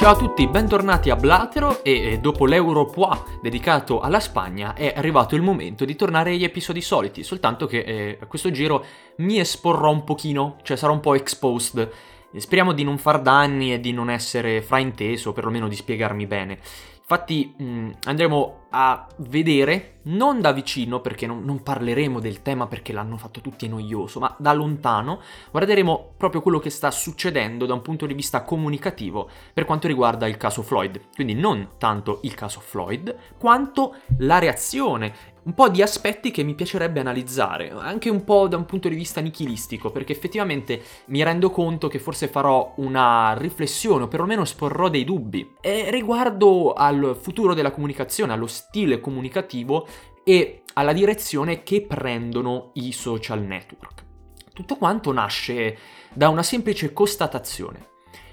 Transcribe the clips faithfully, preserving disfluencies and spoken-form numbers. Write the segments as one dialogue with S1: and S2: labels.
S1: Ciao a tutti, bentornati a Blatero e dopo l'Europois dedicato alla Spagna è arrivato il momento di tornare agli episodi soliti, soltanto che eh, a questo giro mi esporrò un pochino, cioè sarò un po' exposed. Speriamo di non far danni e di non essere frainteso, o perlomeno di spiegarmi bene. Infatti mh, andremo a vedere, non da vicino perché non, non parleremo del tema perché l'hanno fatto tutti noioso, ma da lontano guarderemo proprio quello che sta succedendo da un punto di vista comunicativo per quanto riguarda il caso Floyd. Quindi non tanto il caso Floyd, quanto la reazione, un po' di aspetti che mi piacerebbe analizzare, anche un po' da un punto di vista nichilistico, perché effettivamente mi rendo conto che forse farò una riflessione o perlomeno esporrò dei dubbi e riguardo al futuro della comunicazione, allo stile comunicativo e alla direzione che prendono i social network. Tutto quanto nasce da una semplice constatazione.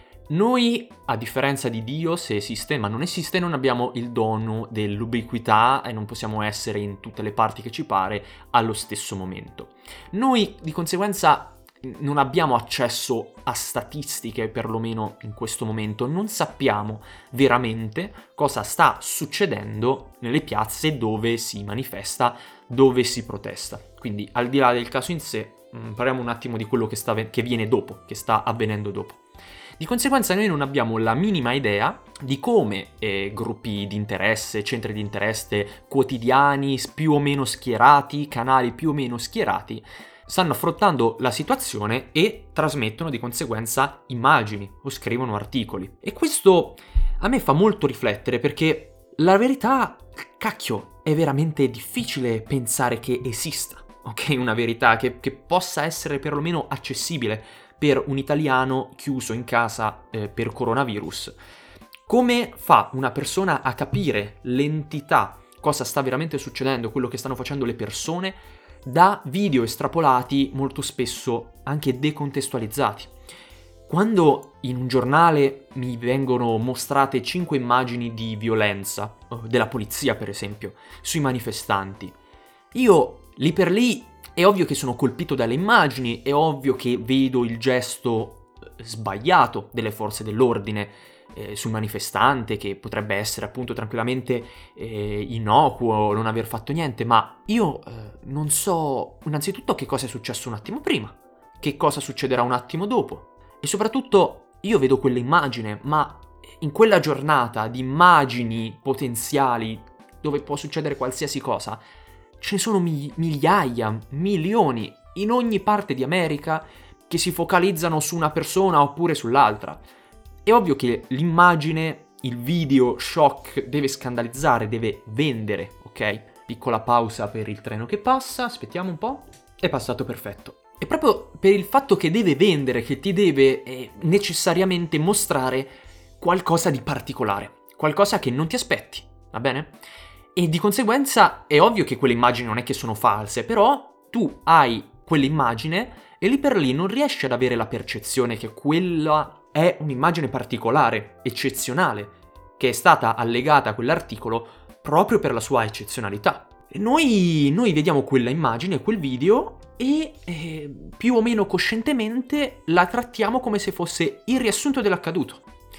S1: Noi, a differenza di Dio, se esiste, ma non esiste, non abbiamo il dono dell'ubiquità e non possiamo essere in tutte le parti che ci pare allo stesso momento. Noi, di conseguenza, non abbiamo accesso a statistiche, perlomeno in questo momento, non sappiamo veramente cosa sta succedendo nelle piazze dove si manifesta, dove si protesta. Quindi, al di là del caso in sé, parliamo un attimo di quello che, sta, che viene dopo, che sta avvenendo dopo. Di conseguenza noi non abbiamo la minima idea di come eh, gruppi di interesse, centri di interesse quotidiani più o meno schierati, canali più o meno schierati, stanno affrontando la situazione e trasmettono di conseguenza immagini o scrivono articoli. E questo a me fa molto riflettere perché la verità, cacchio, è veramente difficile pensare che esista, ok? Una verità che, che possa essere perlomeno accessibile per un italiano chiuso in casa eh, per coronavirus. Come fa una persona a capire l'entità, cosa sta veramente succedendo, quello che stanno facendo le persone, da video estrapolati molto spesso anche decontestualizzati? Quando in un giornale mi vengono mostrate cinque immagini di violenza, della polizia per esempio, sui manifestanti, io lì per lì è ovvio che sono colpito dalle immagini, è ovvio che vedo il gesto sbagliato delle forze dell'ordine eh, sul manifestante, che potrebbe essere appunto tranquillamente eh, innocuo, non aver fatto niente, ma io eh, non so innanzitutto che cosa è successo un attimo prima, che cosa succederà un attimo dopo, e soprattutto io vedo quell'immagine, ma in quella giornata di immagini potenziali dove può succedere qualsiasi cosa, ce ne sono mi- migliaia, milioni, in ogni parte di America che si focalizzano su una persona oppure sull'altra. È ovvio che l'immagine, il video shock deve scandalizzare, deve vendere, ok? Piccola pausa per il treno che passa, aspettiamo un po'. È passato perfetto. E proprio per il fatto che deve vendere, che ti deve eh, necessariamente mostrare qualcosa di particolare, qualcosa che non ti aspetti, va bene? E di conseguenza è ovvio che quelle immagini non è che sono false, però tu hai quell'immagine e lì per lì non riesci ad avere la percezione che quella è un'immagine particolare, eccezionale, che è stata allegata a quell'articolo proprio per la sua eccezionalità. E noi, noi vediamo quella immagine, quel video e eh, più o meno coscientemente la trattiamo come se fosse il riassunto dell'accaduto.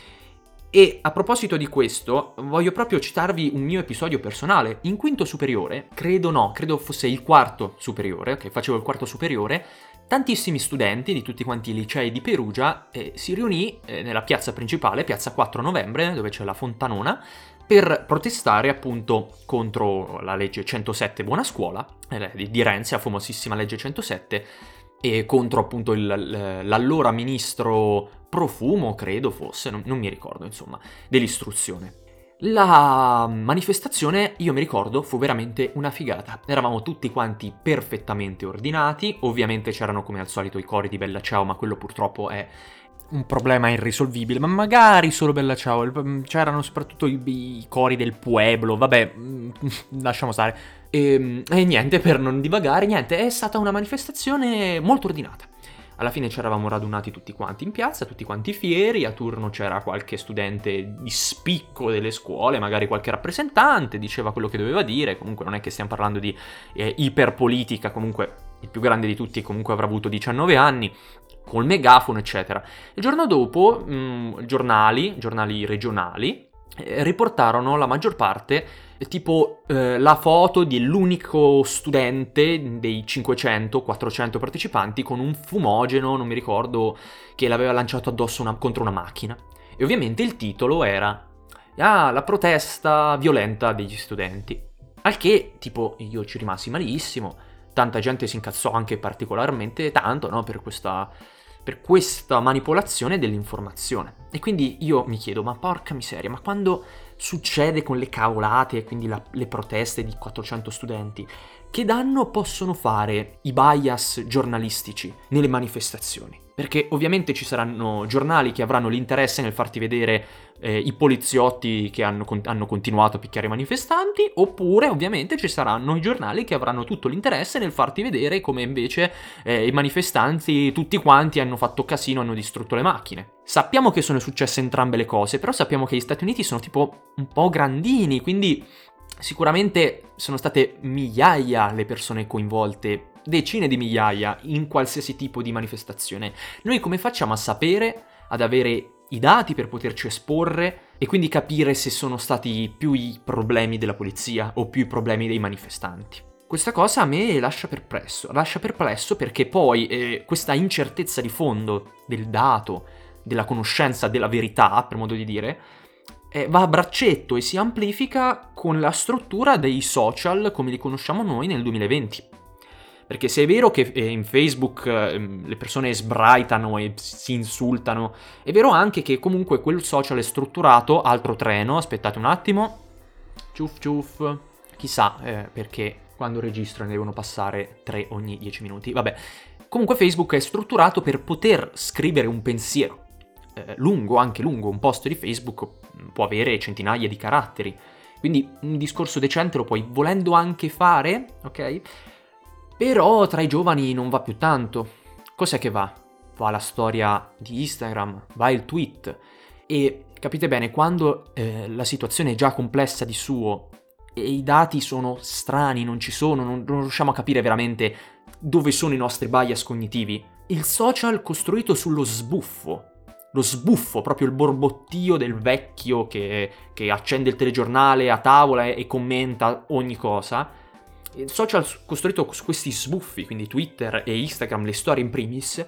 S1: E a proposito di questo, voglio proprio citarvi un mio episodio personale. In quinto superiore, credo no, credo fosse il quarto superiore, ok, facevo il quarto superiore, tantissimi studenti di tutti quanti i licei di Perugia eh, si riunì eh, nella piazza principale, piazza quattro novembre, dove c'è la Fontanona, per protestare appunto contro la legge centosette Buona Scuola, eh, di Renzi, la famosissima legge centosette, e contro appunto il, l'allora ministro Profumo, credo fosse, non, non mi ricordo insomma, dell'istruzione. La manifestazione, io mi ricordo, fu veramente una figata. Eravamo tutti quanti perfettamente ordinati, ovviamente c'erano come al solito i cori di Bella Ciao, ma quello purtroppo è un problema irrisolvibile, ma magari solo Bella Ciao, c'erano soprattutto i, i cori del Pueblo, vabbè, lasciamo stare. E, e niente, per non divagare, niente, è stata una manifestazione molto ordinata. Alla fine ci eravamo radunati tutti quanti in piazza, tutti quanti fieri, a turno c'era qualche studente di spicco delle scuole, magari qualche rappresentante, diceva quello che doveva dire, comunque non è che stiamo parlando di eh, iperpolitica, comunque il più grande di tutti comunque avrà avuto diciannove anni, col megafono, eccetera. Il giorno dopo, mh, giornali, giornali regionali, eh, riportarono la maggior parte, eh, tipo eh, la foto dell'unico studente dei cinquecento quattrocento partecipanti con un fumogeno, non mi ricordo, che l'aveva lanciato addosso una, contro una macchina. E ovviamente il titolo era ah, la protesta violenta degli studenti. Al che, tipo, io ci rimasi malissimo, tanta gente si incazzò anche particolarmente tanto, no, per questa, per questa manipolazione dell'informazione. E quindi io mi chiedo, ma porca miseria, ma quando succede con le cavolate, quindi la, le proteste di quattrocento studenti, che danno possono fare i bias giornalistici nelle manifestazioni? Perché ovviamente ci saranno giornali che avranno l'interesse nel farti vedere eh, i poliziotti che hanno, con- hanno continuato a picchiare i manifestanti, oppure ovviamente ci saranno i giornali che avranno tutto l'interesse nel farti vedere come invece eh, i manifestanti tutti quanti hanno fatto casino, hanno distrutto le macchine. Sappiamo che sono successe entrambe le cose, però sappiamo che gli Stati Uniti sono tipo un po' grandini, quindi sicuramente sono state migliaia le persone coinvolte, decine di migliaia in qualsiasi tipo di manifestazione. Noi come facciamo a sapere, ad avere i dati per poterci esporre e quindi capire se sono stati più i problemi della polizia o più i problemi dei manifestanti? Questa cosa a me lascia perplesso, lascia perplesso perché poi eh, questa incertezza di fondo del dato, della conoscenza, della verità, per modo di dire, eh, va a braccetto e si amplifica con la struttura dei social come li conosciamo noi nel duemilaventi. Perché se è vero che eh, in Facebook eh, le persone sbraitano e si insultano, è vero anche che comunque quel social è strutturato, altro treno, aspettate un attimo, ciuff ciuff, chissà eh, perché quando registro ne devono passare tre ogni dieci minuti, vabbè. Comunque Facebook è strutturato per poter scrivere un pensiero, eh, lungo, anche lungo, un post di Facebook può avere centinaia di caratteri, quindi un discorso decente lo puoi volendo anche fare, ok? Però tra i giovani non va più tanto. Cos'è che va? Va la storia di Instagram, va il tweet. E capite bene, quando eh, la situazione è già complessa di suo e i dati sono strani, non ci sono, non, non riusciamo a capire veramente dove sono i nostri bias cognitivi, il social costruito sullo sbuffo, lo sbuffo, proprio il borbottio del vecchio che, che accende il telegiornale a tavola e, e commenta ogni cosa, il social costruito su questi sbuffi, quindi Twitter e Instagram, le storie in primis,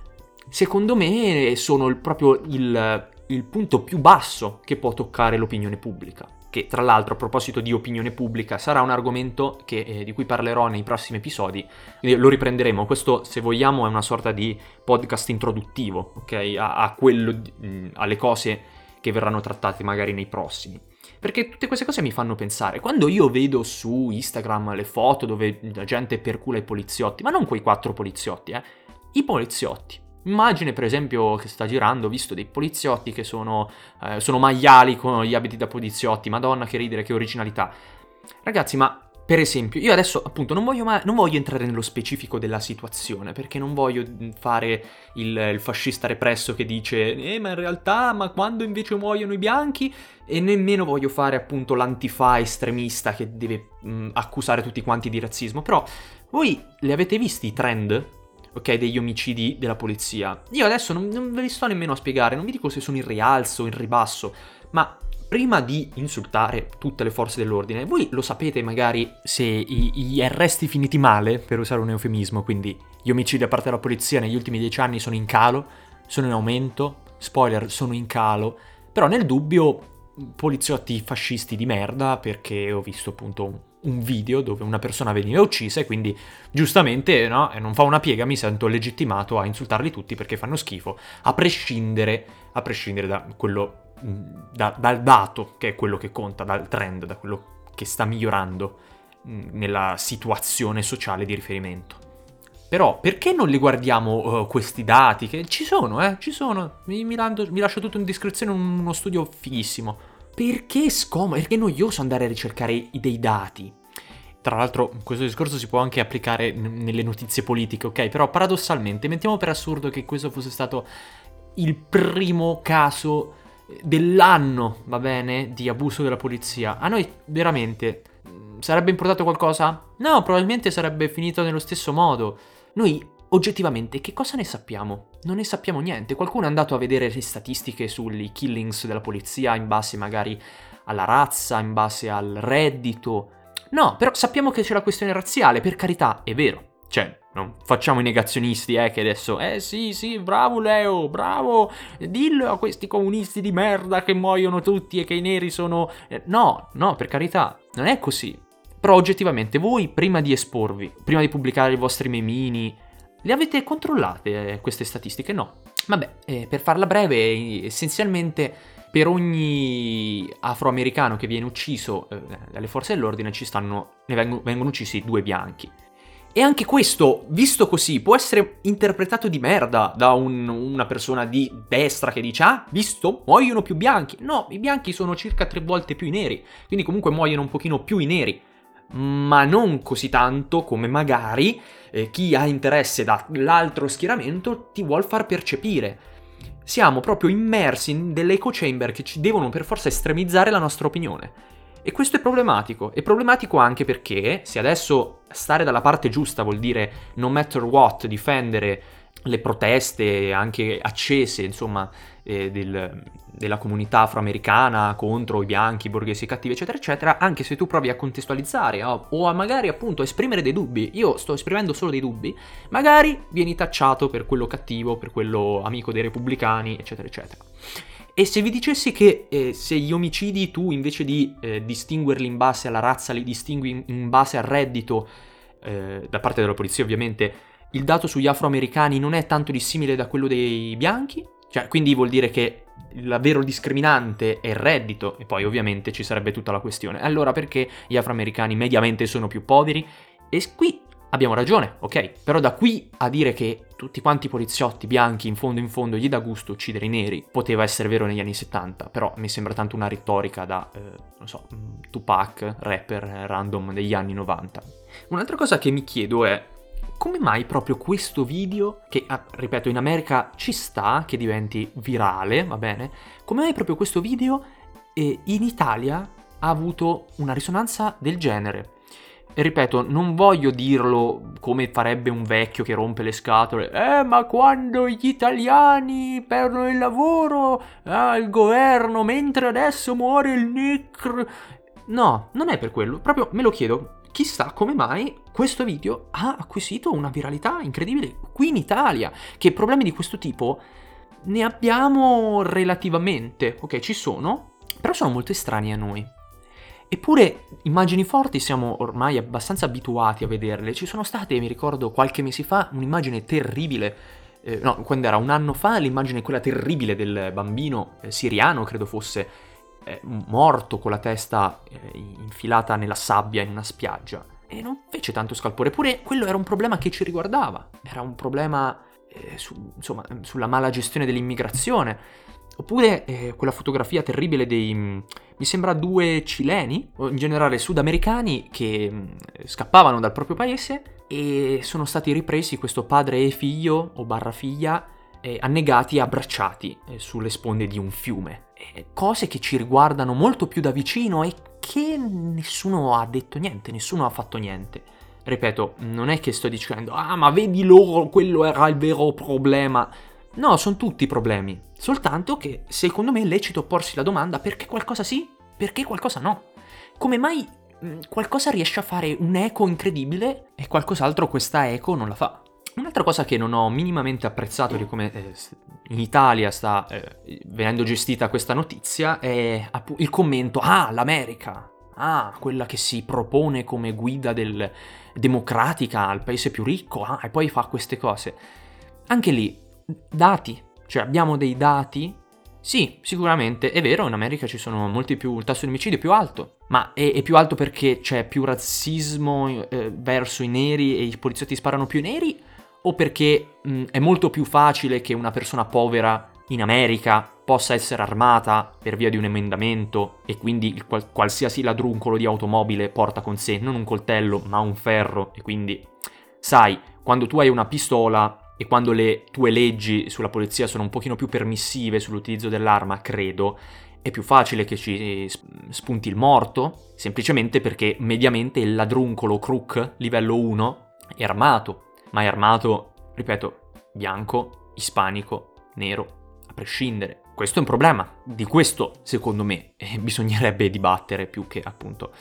S1: secondo me sono il, proprio il, il punto più basso che può toccare l'opinione pubblica. Che tra l'altro, a proposito di opinione pubblica, sarà un argomento che, eh, di cui parlerò nei prossimi episodi, quindi lo riprenderemo. Questo, se vogliamo, è una sorta di podcast introduttivo, ok? A, a quello, mh, alle cose che verranno trattate magari nei prossimi. Perché tutte queste cose mi fanno pensare, quando io vedo su Instagram le foto dove la gente percula i poliziotti, ma non quei quattro poliziotti, eh, i poliziotti. Immagine per esempio che sta girando, ho visto dei poliziotti che sono, eh, sono maiali con gli abiti da poliziotti, madonna che ridere, che originalità. Ragazzi, ma per esempio, io adesso appunto non voglio, mai, non voglio entrare nello specifico della situazione, perché non voglio fare il, il fascista represso che dice eh ma in realtà, ma quando invece muoiono i bianchi, e nemmeno voglio fare appunto l'antifa estremista che deve mh, accusare tutti quanti di razzismo. Però voi li avete visti i trend, ok, degli omicidi della polizia? Io adesso non, non ve li sto nemmeno a spiegare, non vi dico se sono in rialzo o in ribasso, ma prima di insultare tutte le forze dell'ordine, voi lo sapete magari se i, gli arresti finiti male, per usare un eufemismo, quindi gli omicidi da parte della polizia negli ultimi dieci anni sono in calo, sono in aumento, spoiler, sono in calo, però nel dubbio poliziotti fascisti di merda, perché ho visto appunto un, un video dove una persona veniva uccisa e quindi giustamente, no, e non fa una piega, mi sento legittimato a insultarli tutti perché fanno schifo, a prescindere, a prescindere da quello... Da, dal dato che è quello che conta, dal trend, da quello che sta migliorando mh, nella situazione sociale di riferimento. Però perché non li guardiamo uh, questi dati? Che ci sono, eh, ci sono. Mi, mi, lando, mi lascio tutto in descrizione uno studio fighissimo. Perché è scomodo? Perché è noioso andare a ricercare dei dati? Tra l'altro questo discorso si può anche applicare n- nelle notizie politiche, ok? Però paradossalmente, mettiamo per assurdo che questo fosse stato il primo caso dell'anno, va bene, di abuso della polizia. A noi veramente sarebbe importato qualcosa? No, probabilmente sarebbe finito nello stesso modo. Noi oggettivamente che cosa ne sappiamo? Non ne sappiamo niente. Qualcuno è andato a vedere le statistiche sui killings della polizia in base magari alla razza, in base al reddito. No, però sappiamo che c'è la questione razziale, per carità, è vero. Cioè, non facciamo i negazionisti, eh, che adesso, eh sì, sì, bravo Leo, bravo, dillo a questi comunisti di merda che muoiono tutti e che i neri sono... Eh, no, no, per carità, non è così. Però oggettivamente voi, prima di esporvi, prima di pubblicare i vostri memini, le avete controllate eh, queste statistiche? No. Vabbè, eh, per farla breve, essenzialmente per ogni afroamericano che viene ucciso eh, dalle forze dell'ordine ci stanno, ne vengono, vengono uccisi due bianchi. E anche questo, visto così, può essere interpretato di merda da un, una persona di destra che dice ah, visto, muoiono più bianchi. No, i bianchi sono circa tre volte più i neri, quindi comunque muoiono un pochino più i neri. Ma non così tanto come magari eh, chi ha interesse dall'altro schieramento ti vuol far percepire. Siamo proprio immersi in delle echo chamber che ci devono per forza estremizzare la nostra opinione. E questo è problematico. È problematico anche perché se adesso stare dalla parte giusta vuol dire no matter what, difendere le proteste anche accese, insomma, eh, del, della comunità afroamericana contro i bianchi, i borghesi cattivi, eccetera, eccetera, anche se tu provi a contestualizzare o, o a magari appunto esprimere dei dubbi, io sto esprimendo solo dei dubbi, magari vieni tacciato per quello cattivo, per quello amico dei repubblicani, eccetera, eccetera. E se vi dicessi che eh, se gli omicidi tu invece di eh, distinguerli in base alla razza li distingui in, in base al reddito, eh, da parte della polizia ovviamente, il dato sugli afroamericani non è tanto dissimile da quello dei bianchi? Cioè, quindi vuol dire che il vero discriminante è il reddito, e poi ovviamente ci sarebbe tutta la questione. Allora perché gli afroamericani mediamente sono più poveri? E qui abbiamo ragione, ok? Però da qui a dire che tutti quanti i poliziotti bianchi in fondo in fondo gli dà gusto uccidere i neri, poteva essere vero negli anni settanta, però mi sembra tanto una retorica da, eh, non so, Tupac, rapper random degli anni novanta. Un'altra cosa che mi chiedo è come mai proprio questo video, che ah, ripeto in America ci sta che diventi virale, va bene? Come mai proprio questo video eh, in Italia ha avuto una risonanza del genere? E ripeto, non voglio dirlo come farebbe un vecchio che rompe le scatole. Eh, ma quando gli italiani perdono il lavoro, ah, il governo, mentre adesso muore il Nick. No, non è per quello, proprio me lo chiedo. Chissà come mai questo video ha acquisito una viralità incredibile qui in Italia, che problemi di questo tipo ne abbiamo relativamente, ok, ci sono, però sono molto estranei a noi. Eppure immagini forti siamo ormai abbastanza abituati a vederle. Ci sono state, mi ricordo qualche mese fa, un'immagine terribile, eh, no, quando era un anno fa, l'immagine quella terribile del bambino eh, siriano, credo fosse, eh, morto con la testa eh, infilata nella sabbia in una spiaggia. E non fece tanto scalpore, eppure quello era un problema che ci riguardava, era un problema eh, su, insomma, sulla mala gestione dell'immigrazione. Oppure eh, quella fotografia terribile dei, mi sembra, due cileni, o in generale sudamericani, che mh, scappavano dal proprio paese e sono stati ripresi questo padre e figlio, o barra figlia, eh, annegati e abbracciati eh, sulle sponde di un fiume. Eh, cose che ci riguardano molto più da vicino e che nessuno ha detto niente, nessuno ha fatto niente. Ripeto, non è che sto dicendo, ah ma vedi loro, quello era il vero problema. No, sono tutti problemi, soltanto che secondo me è lecito porsi la domanda perché qualcosa sì, perché qualcosa no. Come mai mh, qualcosa riesce a fare un'eco incredibile e qualcos'altro questa eco non la fa? Un'altra cosa che non ho minimamente apprezzato di come eh, in Italia sta eh, venendo gestita questa notizia è appu- il commento ah, l'America, ah, quella che si propone come guida del democratica al paese più ricco, ah, e poi fa queste cose. Anche lì dati, cioè abbiamo dei dati? Sì, sicuramente, è vero, in America ci sono molti più, il tasso di omicidio è più alto, ma è, è più alto perché c'è più razzismo eh, verso i neri e i poliziotti sparano più ai neri? O perché mh, è molto più facile che una persona povera in America possa essere armata per via di un emendamento e quindi il qual- qualsiasi ladruncolo di automobile porta con sé non un coltello ma un ferro e quindi, sai, quando tu hai una pistola e quando le tue leggi sulla polizia sono un pochino più permissive sull'utilizzo dell'arma, credo, è più facile che ci spunti il morto, semplicemente perché mediamente il ladruncolo crook livello uno è armato, ma è armato ripeto, bianco, ispanico, nero, a prescindere. Questo è un problema. Di questo, secondo me, eh, bisognerebbe dibattere più che, appunto,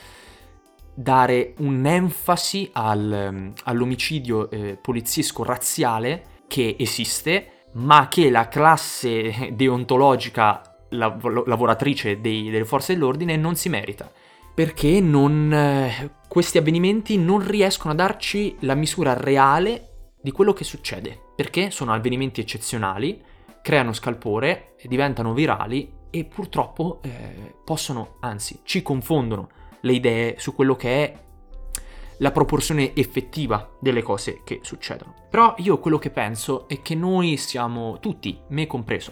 S1: dare un'enfasi al, all'omicidio eh, poliziesco razziale che esiste, ma che la classe deontologica lav- lavoratrice dei, delle forze dell'ordine non si merita. Perché non, eh, questi avvenimenti non riescono a darci la misura reale di quello che succede. Perché sono avvenimenti eccezionali, creano scalpore, diventano virali e purtroppo eh, possono, anzi, ci confondono le idee su quello che è la proporzione effettiva delle cose che succedono. Però io quello che penso è che noi siamo tutti, me compreso,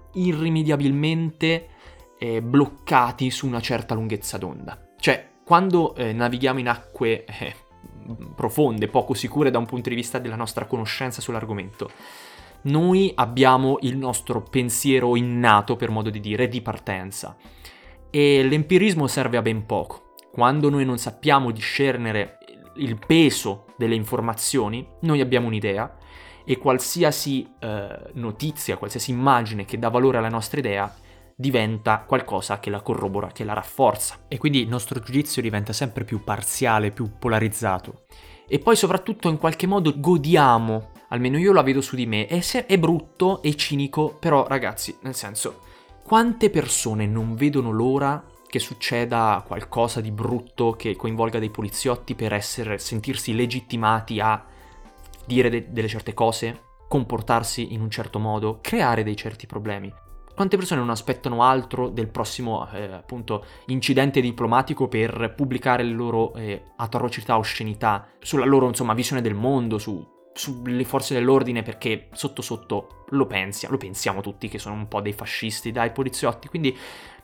S1: irrimediabilmente eh, bloccati su una certa lunghezza d'onda. Cioè, quando eh, navighiamo in acque eh, profonde, poco sicure da un punto di vista della nostra conoscenza sull'argomento, noi abbiamo il nostro pensiero innato, per modo di dire, di partenza. E l'empirismo serve a ben poco. Quando noi non sappiamo discernere il peso delle informazioni, noi abbiamo un'idea e qualsiasi eh, notizia, qualsiasi immagine che dà valore alla nostra idea diventa qualcosa che la corrobora, che la rafforza. E quindi il nostro giudizio diventa sempre più parziale, più polarizzato. E poi soprattutto in qualche modo godiamo, almeno io la vedo su di me, è, se- è brutto e cinico, però ragazzi, nel senso, quante persone non vedono l'ora che succeda qualcosa di brutto che coinvolga dei poliziotti per essere, sentirsi legittimati a dire de- delle certe cose, comportarsi in un certo modo, creare dei certi problemi. Quante persone non aspettano altro del prossimo eh, appunto incidente diplomatico per pubblicare le loro eh, atrocità, oscenità, sulla loro insomma visione del mondo, su, sulle forze dell'ordine, perché sotto sotto lo pensiamo, lo pensiamo tutti che sono un po' dei fascisti, dai poliziotti, quindi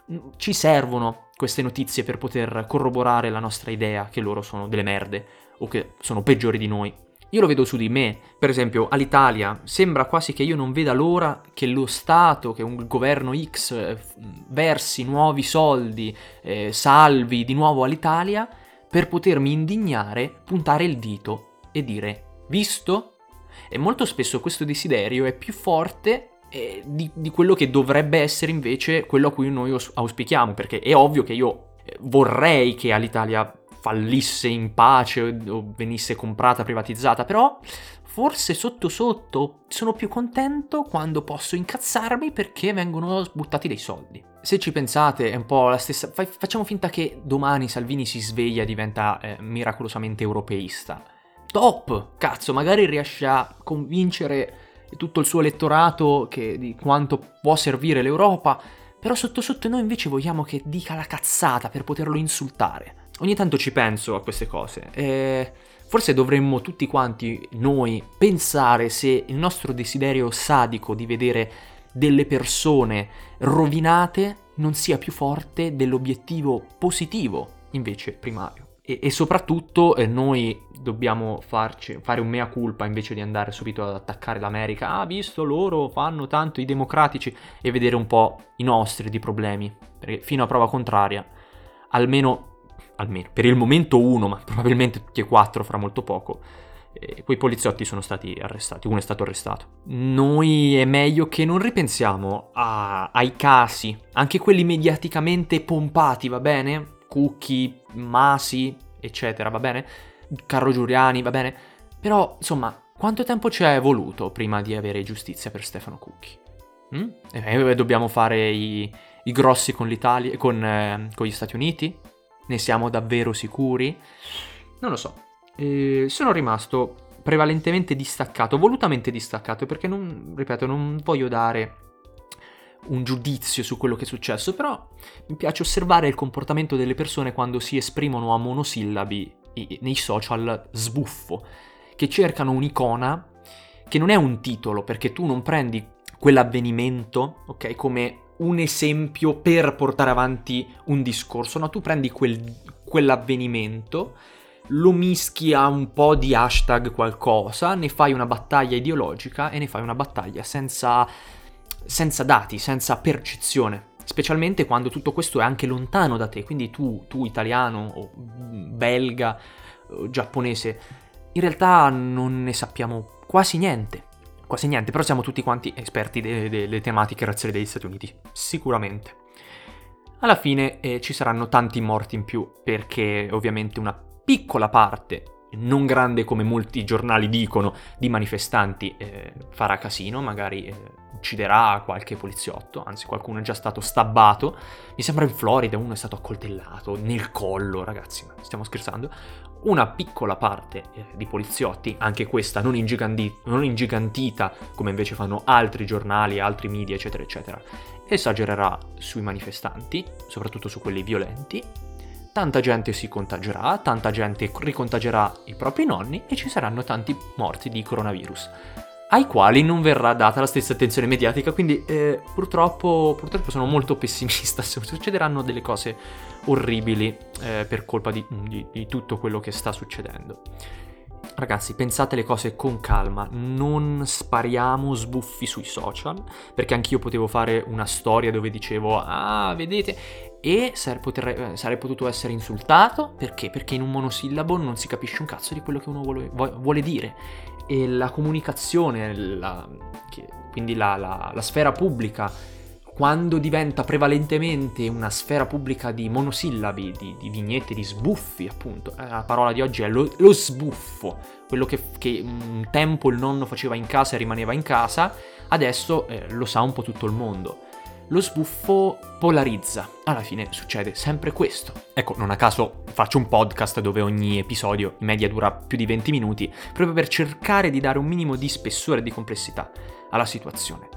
S1: ci servono queste notizie per poter corroborare la nostra idea che loro sono delle merde o che sono peggiori di noi. Io lo vedo su di me, per esempio all'Italia sembra quasi che io non veda l'ora che lo Stato, che un governo X eh, versi nuovi soldi, eh, salvi di nuovo all'Italia per potermi indignare, puntare il dito e dire visto? E molto spesso questo desiderio è più forte Eh, di, di quello che dovrebbe essere invece quello a cui noi aus- auspichiamo, perché è ovvio che io eh, vorrei che all'Italia fallisse in pace o, o venisse comprata, privatizzata, però forse sotto sotto sono più contento quando posso incazzarmi perché vengono buttati dei soldi. Se ci pensate è un po' la stessa, fa- facciamo finta che domani Salvini si sveglia e diventa eh, miracolosamente europeista. Top! Cazzo, magari riesce a convincere tutto il suo elettorato che, di quanto può servire l'Europa, però sotto sotto noi invece vogliamo che dica la cazzata per poterlo insultare. Ogni tanto ci penso a queste cose e forse dovremmo tutti quanti noi pensare se il nostro desiderio sadico di vedere delle persone rovinate non sia più forte dell'obiettivo positivo invece primario. E, e soprattutto eh, noi dobbiamo farci, fare un mea culpa invece di andare subito ad attaccare l'America. Ah, visto loro fanno tanto i democratici, e vedere un po' i nostri di problemi. Perché fino a prova contraria, almeno, almeno per il momento uno, ma probabilmente tutti e quattro fra molto poco, eh, quei poliziotti sono stati arrestati, uno è stato arrestato. Noi è meglio che non ripensiamo a, ai casi, anche quelli mediaticamente pompati, va bene? Cucchi, Masi, eccetera, va bene? Carlo Giuliani, va bene? Però, insomma, quanto tempo ci è voluto prima di avere giustizia per Stefano Cucchi? Mm? E dobbiamo fare i, i grossi con l'Italia, con, eh, con gli Stati Uniti? Ne siamo davvero sicuri? Non lo so. Eh, sono rimasto prevalentemente distaccato, volutamente distaccato, perché non, ripeto, non voglio dare un giudizio su quello che è successo, però mi piace osservare il comportamento delle persone quando si esprimono a monosillabi nei social sbuffo, che cercano un'icona che non è un titolo, perché tu non prendi quell'avvenimento, ok, come un esempio per portare avanti un discorso, no, tu prendi quel, quell'avvenimento, lo mischi a un po' di hashtag qualcosa, ne fai una battaglia ideologica e ne fai una battaglia senza... senza dati, senza percezione, specialmente quando tutto questo è anche lontano da te, quindi tu, tu italiano o belga o giapponese, in realtà non ne sappiamo quasi niente quasi niente, però siamo tutti quanti esperti delle, delle tematiche razziali degli Stati Uniti, sicuramente. Alla fine eh, ci saranno tanti morti in più, perché ovviamente una piccola parte, non grande come molti giornali dicono, di manifestanti eh, farà casino, magari eh, ucciderà qualche poliziotto, anzi qualcuno è già stato stabbato, mi sembra in Florida uno è stato accoltellato nel collo, ragazzi, ma stiamo scherzando? Una piccola parte eh, di poliziotti, anche questa non, ingigandi- non ingigantita come invece fanno altri giornali, altri media, eccetera, eccetera, esagererà sui manifestanti, soprattutto su quelli violenti. Tanta gente si contagerà, tanta gente ricontagerà i propri nonni e ci saranno tanti morti di coronavirus, ai quali non verrà data la stessa attenzione mediatica, quindi eh, purtroppo, purtroppo sono molto pessimista, succederanno delle cose orribili eh, per colpa di, di, di tutto quello che sta succedendo. Ragazzi, pensate le cose con calma, non spariamo sbuffi sui social, perché anch'io potevo fare una storia dove dicevo ah, vedete, e sare- potrei, sarei potuto essere insultato, perché? Perché in un monosillabo non si capisce un cazzo di quello che uno vuole, vuole dire, e la comunicazione, la, che, quindi la, la, la sfera pubblica, quando diventa prevalentemente una sfera pubblica di monosillabi, di, di vignette, di sbuffi, appunto, eh, la parola di oggi è lo, lo sbuffo, quello che, che un tempo il nonno faceva in casa e rimaneva in casa, adesso eh, lo sa un po' tutto il mondo. Lo sbuffo polarizza, alla fine succede sempre questo. Ecco, non a caso faccio un podcast dove ogni episodio in media dura più di venti minuti, proprio per cercare di dare un minimo di spessore e di complessità alla situazione.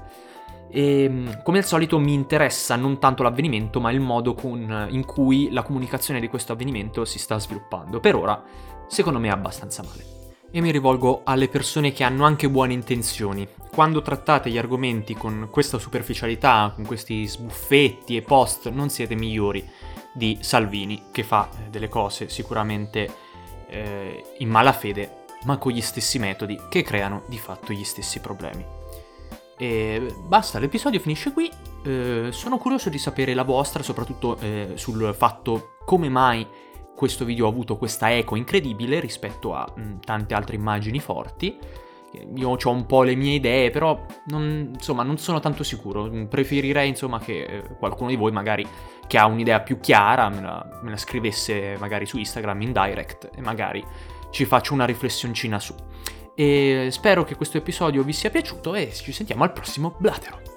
S1: E come al solito mi interessa non tanto l'avvenimento, ma il modo con, in cui la comunicazione di questo avvenimento si sta sviluppando. Per ora, secondo me, è abbastanza male. E mi rivolgo alle persone che hanno anche buone intenzioni. Quando trattate gli argomenti con questa superficialità, con questi sbuffetti e post, non siete migliori di Salvini, che fa delle cose sicuramente eh, in malafede, ma con gli stessi metodi che creano di fatto gli stessi problemi. E basta, l'episodio finisce qui. Eh, sono curioso di sapere la vostra, soprattutto eh, sul fatto come mai questo video ha avuto questa eco incredibile rispetto a mh, tante altre immagini forti. Io ho un po' le mie idee, però non, insomma, non sono tanto sicuro. Preferirei insomma che eh, qualcuno di voi magari che ha un'idea più chiara me la, me la scrivesse magari su Instagram in direct e magari ci faccio una riflessioncina su. E spero che questo episodio vi sia piaciuto e ci sentiamo al prossimo Blatero.